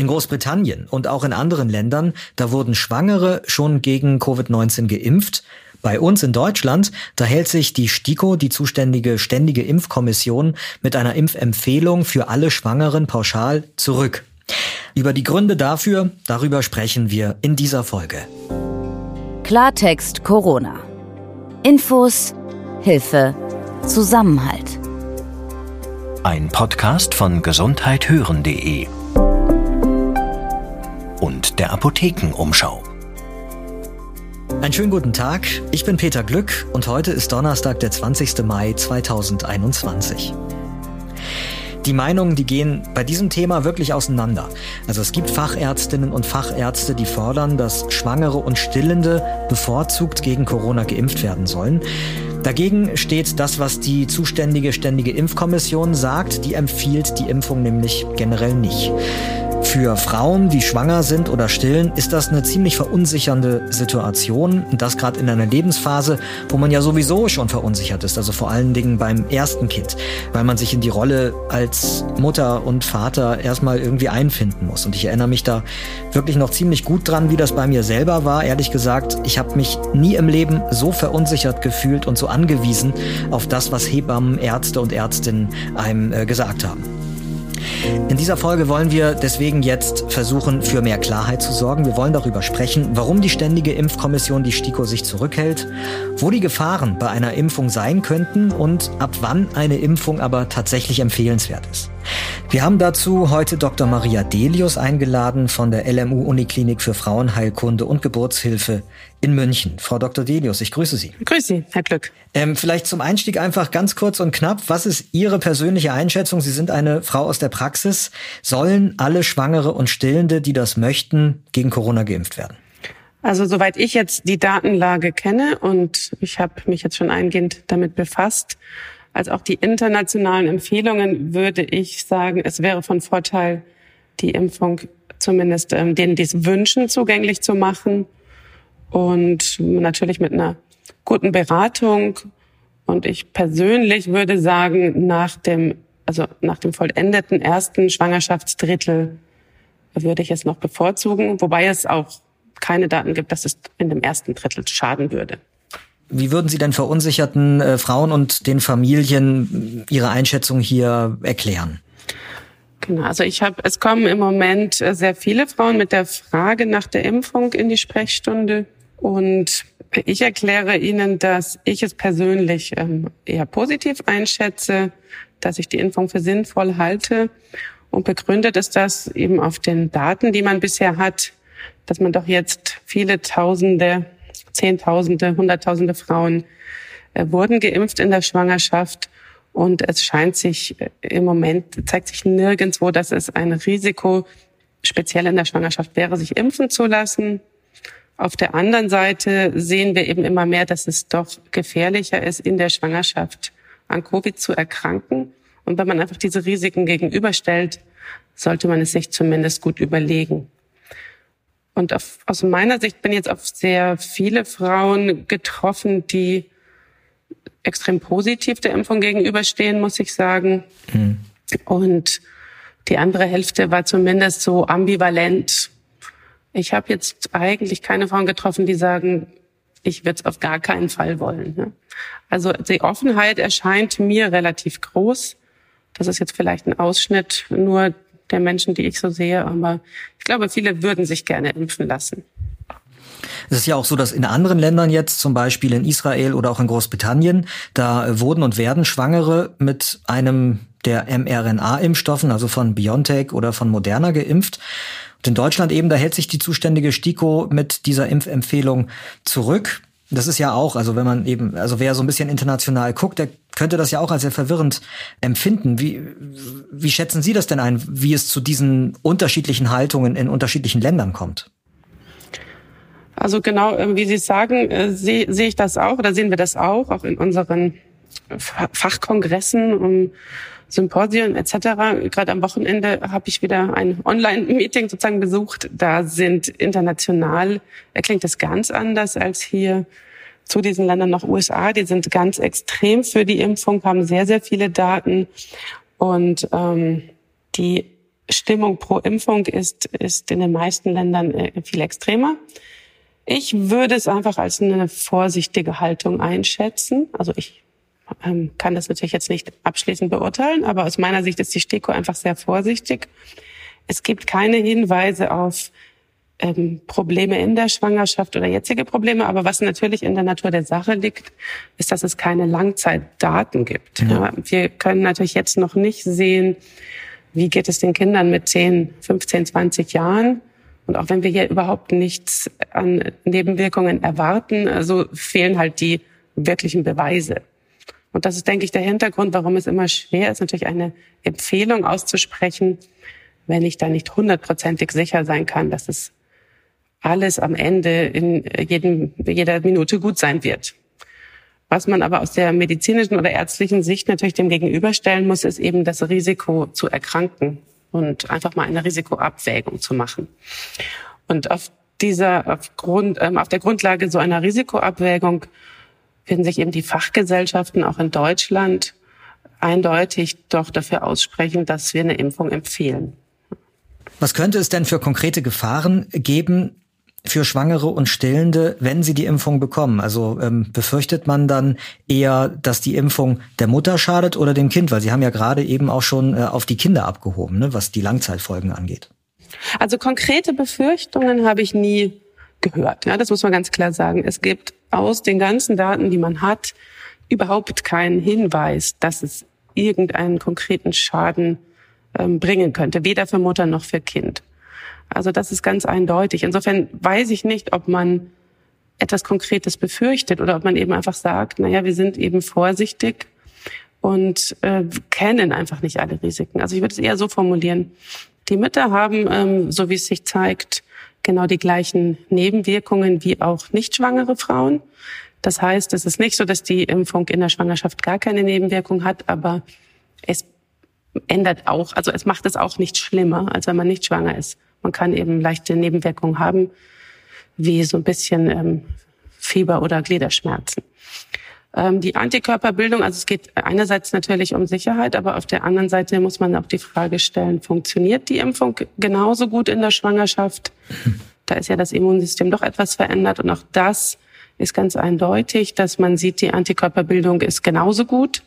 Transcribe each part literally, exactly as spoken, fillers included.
In Großbritannien und auch in anderen Ländern, da wurden Schwangere schon gegen Covid neunzehn geimpft. Bei uns in Deutschland, da hält sich die STIKO, die zuständige Ständige Impfkommission, mit einer Impfempfehlung für alle Schwangeren pauschal zurück. Über die Gründe dafür, darüber sprechen wir in dieser Folge. Klartext Corona. Infos, Hilfe, Zusammenhalt. Ein Podcast von gesundheit hören punkt de und der Apothekenumschau. Einen schönen guten Tag, ich bin Peter Glück und heute ist Donnerstag, der zwanzigster Mai zweitausendeinundzwanzig. Die Meinungen, die gehen bei diesem Thema wirklich auseinander. Also es gibt Fachärztinnen und Fachärzte, die fordern, dass Schwangere und Stillende bevorzugt gegen Corona geimpft werden sollen. Dagegen steht das, was die zuständige Ständige Impfkommission sagt. Die empfiehlt die Impfung nämlich generell nicht. Für Frauen, die schwanger sind oder stillen, ist das eine ziemlich verunsichernde Situation. Und das gerade in einer Lebensphase, wo man ja sowieso schon verunsichert ist. Also vor allen Dingen beim ersten Kind, weil man sich in die Rolle als Mutter und Vater erstmal irgendwie einfinden muss. Und ich erinnere mich da wirklich noch ziemlich gut dran, wie das bei mir selber war. Ehrlich gesagt, ich habe mich nie im Leben so verunsichert gefühlt und so angewiesen auf das, was Hebammen, Ärzte und Ärztinnen einem äh, gesagt haben. In dieser Folge wollen wir deswegen jetzt versuchen, für mehr Klarheit zu sorgen. Wir wollen darüber sprechen, warum die Ständige Impfkommission, die STIKO, sich zurückhält, wo die Gefahren bei einer Impfung sein könnten und ab wann eine Impfung aber tatsächlich empfehlenswert ist. Wir haben dazu heute Doktor Maria Delius eingeladen von der L M U-Uniklinik für Frauenheilkunde und Geburtshilfe in München. Frau Doktor Delius, ich grüße Sie. Grüße Sie, Herr Glück. Ähm, vielleicht zum Einstieg einfach ganz kurz und knapp. Was ist Ihre persönliche Einschätzung? Sie sind eine Frau aus der Praxis. Sollen alle Schwangere und Stillende, die das möchten, gegen Corona geimpft werden? Also soweit ich jetzt die Datenlage kenne und ich habe mich jetzt schon eingehend damit befasst, als auch die internationalen Empfehlungen, würde ich sagen, es wäre von Vorteil, die Impfung zumindest ähm, denen, die es wünschen, zugänglich zu machen. Und natürlich mit einer guten Beratung. Und ich persönlich würde sagen, nach dem, also nach dem vollendeten ersten Schwangerschaftsdrittel würde ich es noch bevorzugen, wobei es auch keine Daten gibt, dass es in dem ersten Drittel schaden würde. Wie würden Sie denn verunsicherten äh, Frauen und den Familien Ihre Einschätzung hier erklären? Genau, also ich habe, es kommen im Moment sehr viele Frauen mit der Frage nach der Impfung in die Sprechstunde und ich erkläre Ihnen, dass ich es persönlich ähm, eher positiv einschätze, dass ich die Impfung für sinnvoll halte und begründet ist das eben auf den Daten, die man bisher hat, dass man doch jetzt viele Tausende, Zehntausende, Hunderttausende Frauen äh, wurden geimpft in der Schwangerschaft. Und es scheint sich im Moment, zeigt sich nirgendwo, dass es ein Risiko, speziell in der Schwangerschaft wäre, sich impfen zu lassen. Auf der anderen Seite sehen wir eben immer mehr, dass es doch gefährlicher ist, in der Schwangerschaft an Covid zu erkranken. Und wenn man einfach diese Risiken gegenüberstellt, sollte man es sich zumindest gut überlegen. Und auf, aus meiner Sicht bin jetzt auf sehr viele Frauen getroffen, die extrem positiv der Impfung gegenüberstehen, muss ich sagen. Mhm. Und die andere Hälfte war zumindest so ambivalent. Ich habe jetzt eigentlich keine Frauen getroffen, die sagen, ich würde es auf gar keinen Fall wollen. Also die Offenheit erscheint mir relativ groß. Das ist jetzt vielleicht ein Ausschnitt nur der Menschen, die ich so sehe, aber ich glaube, viele würden sich gerne impfen lassen. Es ist ja auch so, dass in anderen Ländern jetzt, zum Beispiel in Israel oder auch in Großbritannien, da wurden und werden Schwangere mit einem der mRNA-Impfstoffen, also von BioNTech oder von Moderna geimpft. Und in Deutschland eben, da hält sich die zuständige STIKO mit dieser Impfempfehlung zurück. Das ist ja auch, also wenn man eben, also wer so ein bisschen international guckt, der könnte das ja auch als sehr verwirrend empfinden. Wie, wie schätzen Sie das denn ein, wie es zu diesen unterschiedlichen Haltungen in unterschiedlichen Ländern kommt? Also genau, wie Sie sagen, sehe sehe ich das auch oder sehen wir das auch, auch in unseren Fachkongressen, um Symposien et cetera. Gerade am Wochenende habe ich wieder ein Online-Meeting sozusagen besucht. Da sind international, da klingt es ganz anders als hier. Zu diesen Ländern noch U S A, die sind ganz extrem für die Impfung, haben sehr, sehr viele Daten. Und ähm, die Stimmung pro Impfung ist, ist in den meisten Ländern viel extremer. Ich würde es einfach als eine vorsichtige Haltung einschätzen. Also ich ähm, kann das natürlich jetzt nicht abschließend beurteilen, aber aus meiner Sicht ist die STIKO einfach sehr vorsichtig. Es gibt keine Hinweise auf ähm, Probleme in der Schwangerschaft oder jetzige Probleme, aber was natürlich in der Natur der Sache liegt, ist, dass es keine Langzeitdaten gibt. Ja. Ja, wir können natürlich jetzt noch nicht sehen, wie geht es den Kindern mit zehn, fünfzehn, zwanzig Jahren. Und auch wenn wir hier überhaupt nichts an Nebenwirkungen erwarten, also fehlen halt die wirklichen Beweise. Und das ist, denke ich, der Hintergrund, warum es immer schwer ist, natürlich eine Empfehlung auszusprechen, wenn ich da nicht hundertprozentig sicher sein kann, dass es alles am Ende in jedem, jeder Minute gut sein wird. Was man aber aus der medizinischen oder ärztlichen Sicht natürlich dem gegenüberstellen muss, ist eben das Risiko zu erkranken und einfach mal eine Risikoabwägung zu machen. Und auf dieser, auf Grund, ähm, auf der Grundlage so einer Risikoabwägung werden sich eben die Fachgesellschaften auch in Deutschland eindeutig doch dafür aussprechen, dass wir eine Impfung empfehlen. Was könnte es denn für konkrete Gefahren geben für Schwangere und Stillende, wenn sie die Impfung bekommen? Also ähm, befürchtet man dann eher, dass die Impfung der Mutter schadet oder dem Kind? Weil Sie haben ja gerade eben auch schon äh, auf die Kinder abgehoben, ne, was die Langzeitfolgen angeht. Also konkrete Befürchtungen habe ich nie gehört. Ja, das muss man ganz klar sagen. Es gibt aus den ganzen Daten, die man hat, überhaupt keinen Hinweis, dass es irgendeinen konkreten Schaden ähm, bringen könnte, weder für Mutter noch für Kind. Also das ist ganz eindeutig. Insofern weiß ich nicht, ob man etwas Konkretes befürchtet oder ob man eben einfach sagt, naja, wir sind eben vorsichtig und äh, kennen einfach nicht alle Risiken. Also ich würde es eher so formulieren. Die Mütter haben, ähm, so wie es sich zeigt, genau die gleichen Nebenwirkungen wie auch nicht schwangere Frauen. Das heißt, es ist nicht so, dass die Impfung in der Schwangerschaft gar keine Nebenwirkung hat, aber es ändert auch, also es macht es auch nicht schlimmer, als wenn man nicht schwanger ist. Man kann eben leichte Nebenwirkungen haben, wie so ein bisschen ähm, Fieber oder Gliederschmerzen. Ähm, die Antikörperbildung, also es geht einerseits natürlich um Sicherheit, aber auf der anderen Seite muss man auch die Frage stellen, funktioniert die Impfung genauso gut in der Schwangerschaft? Da ist ja das Immunsystem doch etwas verändert und auch das ist ganz eindeutig, dass man sieht, die Antikörperbildung ist genauso gut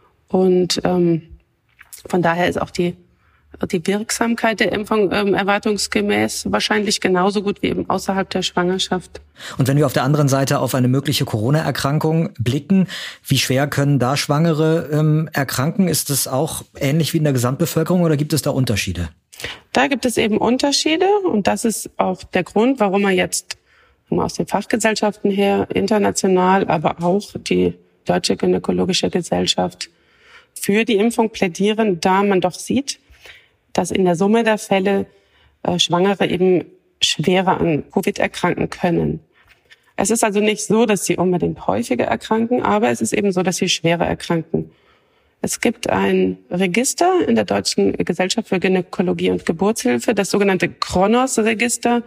und ähm, von daher ist auch die die Wirksamkeit der Impfung ähm, erwartungsgemäß wahrscheinlich genauso gut wie eben außerhalb der Schwangerschaft. Und wenn wir auf der anderen Seite auf eine mögliche Corona-Erkrankung blicken, wie schwer können da Schwangere ähm, erkranken? Ist das auch ähnlich wie in der Gesamtbevölkerung oder gibt es da Unterschiede? Da gibt es eben Unterschiede und das ist auch der Grund, warum man jetzt aus den Fachgesellschaften her international, aber auch die Deutsche Gynäkologische Gesellschaft für die Impfung plädieren, da man doch sieht, dass in der Summe der Fälle äh, Schwangere eben schwerer an Covid erkranken können. Es ist also nicht so, dass sie unbedingt häufiger erkranken, aber es ist eben so, dass sie schwerer erkranken. Es gibt ein Register in der Deutschen Gesellschaft für Gynäkologie und Geburtshilfe, das sogenannte Kronos-Register.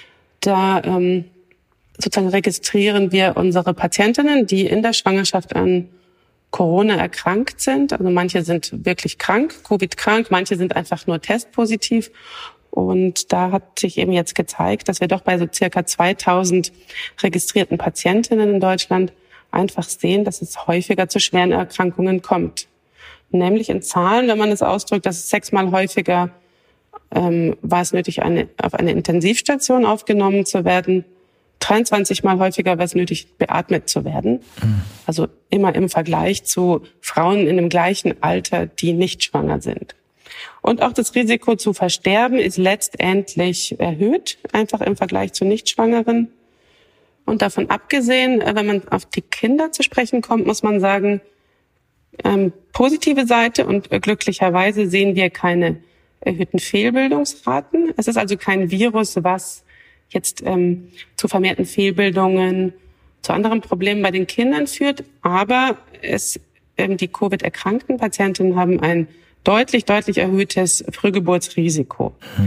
Da ähm, sozusagen registrieren wir unsere Patientinnen, die in der Schwangerschaft an Corona erkrankt sind. Also manche sind wirklich krank, Covid-krank, manche sind einfach nur testpositiv. Und da hat sich eben jetzt gezeigt, dass wir doch bei so circa zweitausend registrierten Patientinnen in Deutschland einfach sehen, dass es häufiger zu schweren Erkrankungen kommt. Nämlich in Zahlen, wenn man es ausdrückt, dass es sechsmal häufiger ähm, war es nötig, eine, auf eine Intensivstation aufgenommen zu werden. dreiundzwanzig Mal häufiger war es nötig, beatmet zu werden. Mhm. Also immer im Vergleich zu Frauen in dem gleichen Alter, die nicht schwanger sind. Und auch das Risiko zu versterben ist letztendlich erhöht, einfach im Vergleich zu Nichtschwangeren. Und davon abgesehen, wenn man auf die Kinder zu sprechen kommt, muss man sagen, ähm, positive Seite und glücklicherweise sehen wir keine erhöhten Fehlbildungsraten. Es ist also kein Virus, was jetzt ähm, zu vermehrten Fehlbildungen, zu anderen Problemen bei den Kindern führt. Aber es, ähm, die Covid-erkrankten Patientinnen haben ein deutlich, deutlich erhöhtes Frühgeburtsrisiko. Hm.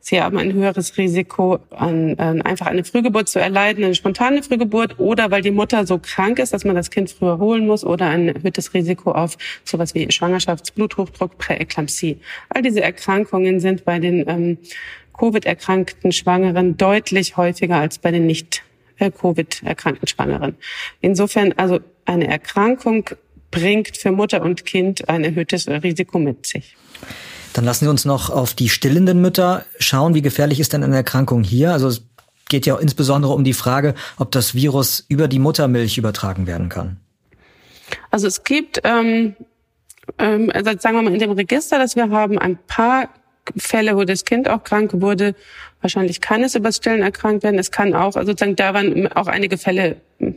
Sie haben ein höheres Risiko, an, an einfach eine Frühgeburt zu erleiden, eine spontane Frühgeburt, oder weil die Mutter so krank ist, dass man das Kind früher holen muss, oder ein erhöhtes Risiko auf sowas wie Schwangerschaftsbluthochdruck, Präeklampsie. All diese Erkrankungen sind bei den ähm, Covid-erkrankten Schwangeren deutlich häufiger als bei den nicht äh, Covid-erkrankten Schwangeren. Insofern, also eine Erkrankung bringt für Mutter und Kind ein erhöhtes Risiko mit sich. Dann lassen Sie uns noch auf die stillenden Mütter schauen. Wie gefährlich ist denn eine Erkrankung hier? Also es geht ja insbesondere um die Frage, ob das Virus über die Muttermilch übertragen werden kann. Also es gibt, ähm, ähm, also sagen wir mal, in dem Register, das wir haben, ein paar Fälle, wo das Kind auch krank wurde. Wahrscheinlich kann es über das Stillen erkrankt werden. Es kann auch, also sozusagen, da waren auch einige Fälle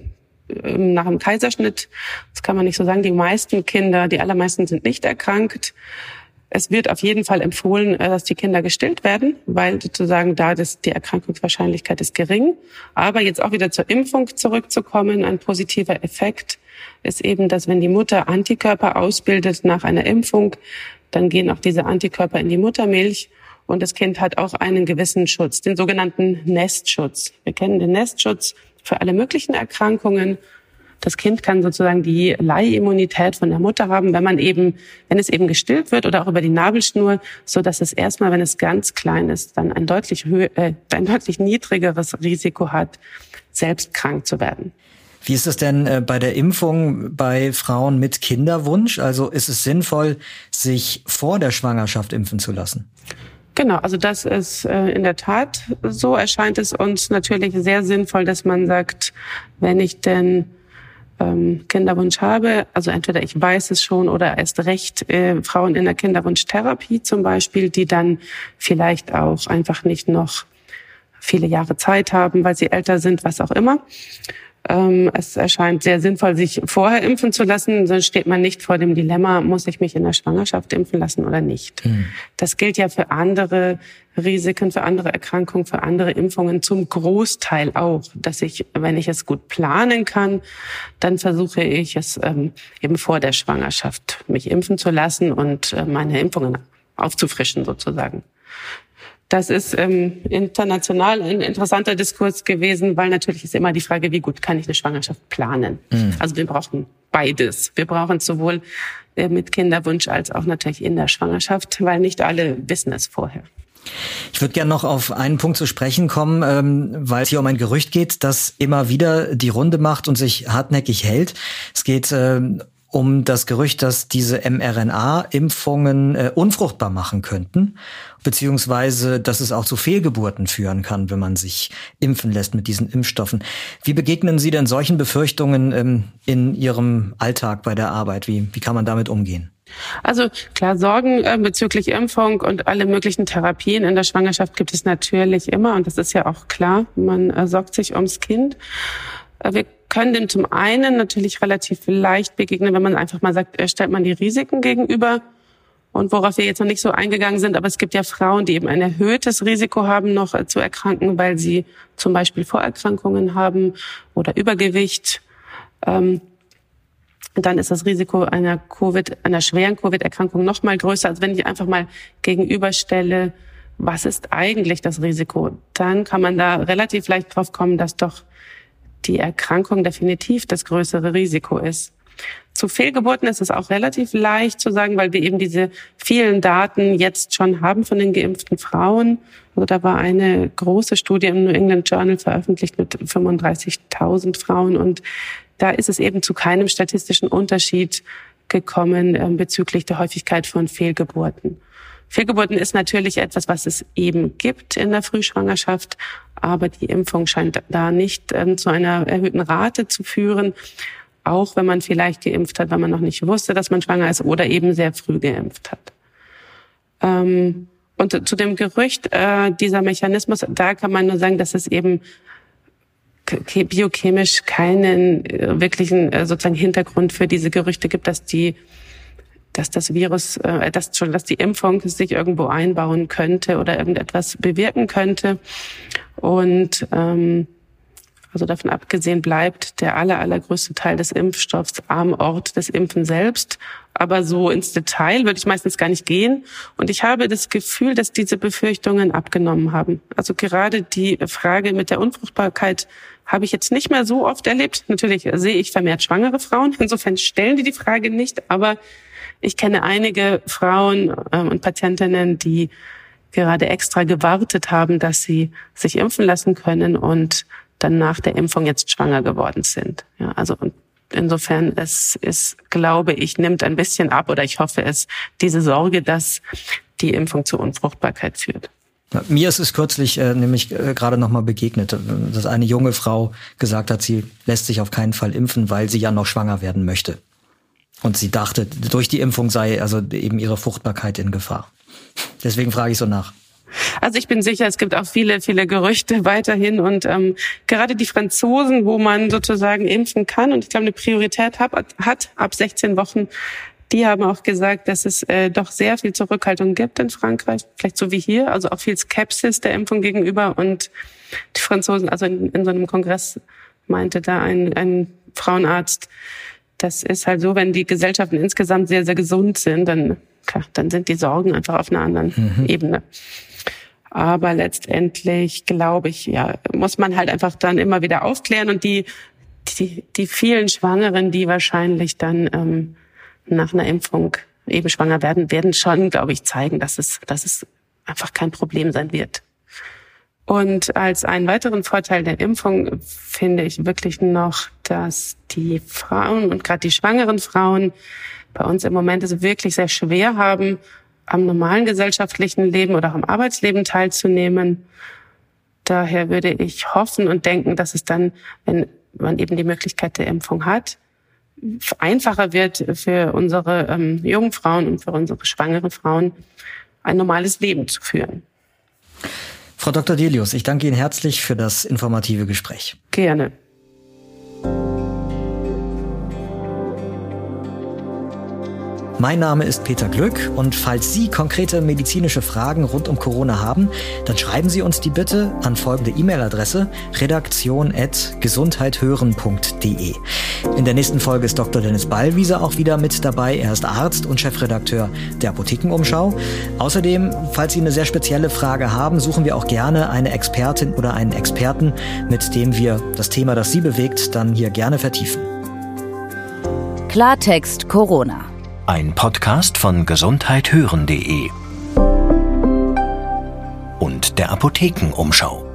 nach dem Kaiserschnitt. Das kann man nicht so sagen. Die meisten Kinder, die allermeisten sind nicht erkrankt. Es wird auf jeden Fall empfohlen, dass die Kinder gestillt werden, weil sozusagen da das, die Erkrankungswahrscheinlichkeit ist gering. Aber jetzt auch wieder zur Impfung zurückzukommen, ein positiver Effekt ist eben, dass wenn die Mutter Antikörper ausbildet nach einer Impfung, dann gehen auch diese Antikörper in die Muttermilch und das Kind hat auch einen gewissen Schutz, den sogenannten Nestschutz. Wir kennen den Nestschutz für alle möglichen Erkrankungen. Das Kind kann sozusagen die Leihimmunität von der Mutter haben, wenn man eben, wenn es eben gestillt wird oder auch über die Nabelschnur, so dass es erstmal, wenn es ganz klein ist, dann ein deutlich höher, äh, ein deutlich niedrigeres Risiko hat, selbst krank zu werden. Wie ist es denn äh, bei der Impfung bei Frauen mit Kinderwunsch? Also ist es sinnvoll, sich vor der Schwangerschaft impfen zu lassen? Genau, also das ist äh, in der Tat so. Erscheint es uns natürlich sehr sinnvoll, dass man sagt, wenn ich denn ähm, Kinderwunsch habe, also entweder ich weiß es schon oder erst recht äh, Frauen in der Kinderwunschtherapie zum Beispiel, die dann vielleicht auch einfach nicht noch viele Jahre Zeit haben, weil sie älter sind, was auch immer. Es erscheint sehr sinnvoll, sich vorher impfen zu lassen, sonst steht man nicht vor dem Dilemma, muss ich mich in der Schwangerschaft impfen lassen oder nicht. Mhm. Das gilt ja für andere Risiken, für andere Erkrankungen, für andere Impfungen zum Großteil auch, dass ich, wenn ich es gut planen kann, dann versuche ich es ähm, eben vor der Schwangerschaft mich impfen zu lassen und äh, meine Impfungen aufzufrischen sozusagen. Das ist ähm, international ein interessanter Diskurs gewesen, weil natürlich ist immer die Frage, wie gut kann ich eine Schwangerschaft planen. Mhm. Also wir brauchen beides. Wir brauchen sowohl äh, mit Kinderwunsch als auch natürlich in der Schwangerschaft, weil nicht alle wissen es vorher. Ich würde gerne noch auf einen Punkt zu sprechen kommen, ähm, weil es hier um ein Gerücht geht, das immer wieder die Runde macht und sich hartnäckig hält. Es geht ähm, um das Gerücht, dass diese mRNA-Impfungen äh, unfruchtbar machen könnten, beziehungsweise dass es auch zu Fehlgeburten führen kann, wenn man sich impfen lässt mit diesen Impfstoffen. Wie begegnen Sie denn solchen Befürchtungen ähm, in Ihrem Alltag bei der Arbeit? Wie, wie kann man damit umgehen? Also klar, Sorgen äh, bezüglich Impfung und alle möglichen Therapien in der Schwangerschaft gibt es natürlich immer und das ist ja auch klar. Man äh, sorgt sich ums Kind. Äh, wir können dem zum einen natürlich relativ leicht begegnen, wenn man einfach mal sagt, stellt man die Risiken gegenüber und worauf wir jetzt noch nicht so eingegangen sind, aber es gibt ja Frauen, die eben ein erhöhtes Risiko haben, noch äh, zu erkranken, weil sie zum Beispiel Vorerkrankungen haben oder Übergewicht. Ähm, dann ist das Risiko einer Covid, einer schweren Covid-Erkrankung noch mal größer, als wenn ich einfach mal gegenüberstelle, was ist eigentlich das Risiko? Dann kann man da relativ leicht drauf kommen, dass doch die Erkrankung definitiv das größere Risiko ist. Zu Fehlgeburten ist es auch relativ leicht zu sagen, weil wir eben diese vielen Daten jetzt schon haben von den geimpften Frauen. Also da war eine große Studie im New England Journal veröffentlicht mit fünfunddreißigtausend Frauen und da ist es eben zu keinem statistischen Unterschied gekommen äh, bezüglich der Häufigkeit von Fehlgeburten. Fehlgeburten ist natürlich etwas, was es eben gibt in der Frühschwangerschaft, aber die Impfung scheint da nicht ähm, zu einer erhöhten Rate zu führen, auch wenn man vielleicht geimpft hat, weil man noch nicht wusste, dass man schwanger ist oder eben sehr früh geimpft hat. Ähm, und zu dem Gerücht, äh, dieser Mechanismus, da kann man nur sagen, dass es eben biochemisch keinen äh, wirklichen äh, sozusagen Hintergrund für diese Gerüchte gibt, dass die dass das Virus, äh, dass schon, dass die Impfung sich irgendwo einbauen könnte oder irgendetwas bewirken könnte. Und ähm, Also davon abgesehen bleibt der aller, allergrößte Teil des Impfstoffs am Ort des Impfen selbst. Aber so ins Detail würde ich meistens gar nicht gehen. Und ich habe das Gefühl, dass diese Befürchtungen abgenommen haben. Also gerade die Frage mit der Unfruchtbarkeit habe ich jetzt nicht mehr so oft erlebt. Natürlich sehe ich vermehrt schwangere Frauen. Insofern stellen die die Frage nicht. Aber ich kenne einige Frauen ähm, und Patientinnen, die gerade extra gewartet haben, dass sie sich impfen lassen können und dann nach der Impfung jetzt schwanger geworden sind. Ja, also und insofern es ist, glaube ich, nimmt ein bisschen ab, oder ich hoffe es, diese Sorge, dass die Impfung zur Unfruchtbarkeit führt. Ja, mir ist es kürzlich äh, nämlich äh, gerade noch mal begegnet, dass eine junge Frau gesagt hat, sie lässt sich auf keinen Fall impfen, weil sie ja noch schwanger werden möchte. Und sie dachte, durch die Impfung sei also eben ihre Fruchtbarkeit in Gefahr. Deswegen frage ich so nach. Also ich bin sicher, es gibt auch viele, viele Gerüchte weiterhin und ähm, gerade die Franzosen, wo man sozusagen impfen kann und ich glaube eine Priorität hat, hat ab sechzehn Wochen, die haben auch gesagt, dass es äh, doch sehr viel Zurückhaltung gibt in Frankreich, vielleicht so wie hier, also auch viel Skepsis der Impfung gegenüber und die Franzosen, also in, in so einem Kongress meinte da ein, ein Frauenarzt, das ist halt so, wenn die Gesellschaften insgesamt sehr, sehr gesund sind, dann, klar, dann sind die Sorgen einfach auf einer anderen mhm. Ebene. Aber letztendlich, glaube ich, ja, muss man halt einfach dann immer wieder aufklären und die, die, die vielen Schwangeren, die wahrscheinlich dann ähm, nach einer Impfung eben schwanger werden, werden schon, glaube ich, zeigen, dass es, dass es einfach kein Problem sein wird. Und als einen weiteren Vorteil der Impfung finde ich wirklich noch, dass die Frauen und gerade die schwangeren Frauen bei uns im Moment es wirklich sehr schwer haben, am normalen gesellschaftlichen Leben oder auch am Arbeitsleben teilzunehmen. Daher würde ich hoffen und denken, dass es dann, wenn man eben die Möglichkeit der Impfung hat, einfacher wird für unsere ähm, jungen Frauen und für unsere schwangeren Frauen, ein normales Leben zu führen. Frau Doktor Delius, ich danke Ihnen herzlich für das informative Gespräch. Gerne. Mein Name ist Peter Glück und falls Sie konkrete medizinische Fragen rund um Corona haben, dann schreiben Sie uns die bitte an folgende E-Mail-Adresse redaktion at gesundheithören punkt de. In der nächsten Folge ist Doktor Dennis Ballwieser auch wieder mit dabei. Er ist Arzt und Chefredakteur der Apothekenumschau. Außerdem, falls Sie eine sehr spezielle Frage haben, suchen wir auch gerne eine Expertin oder einen Experten, mit dem wir das Thema, das Sie bewegt, dann hier gerne vertiefen. Klartext Corona. Ein Podcast von gesundheithören punkt de und der Apothekenumschau.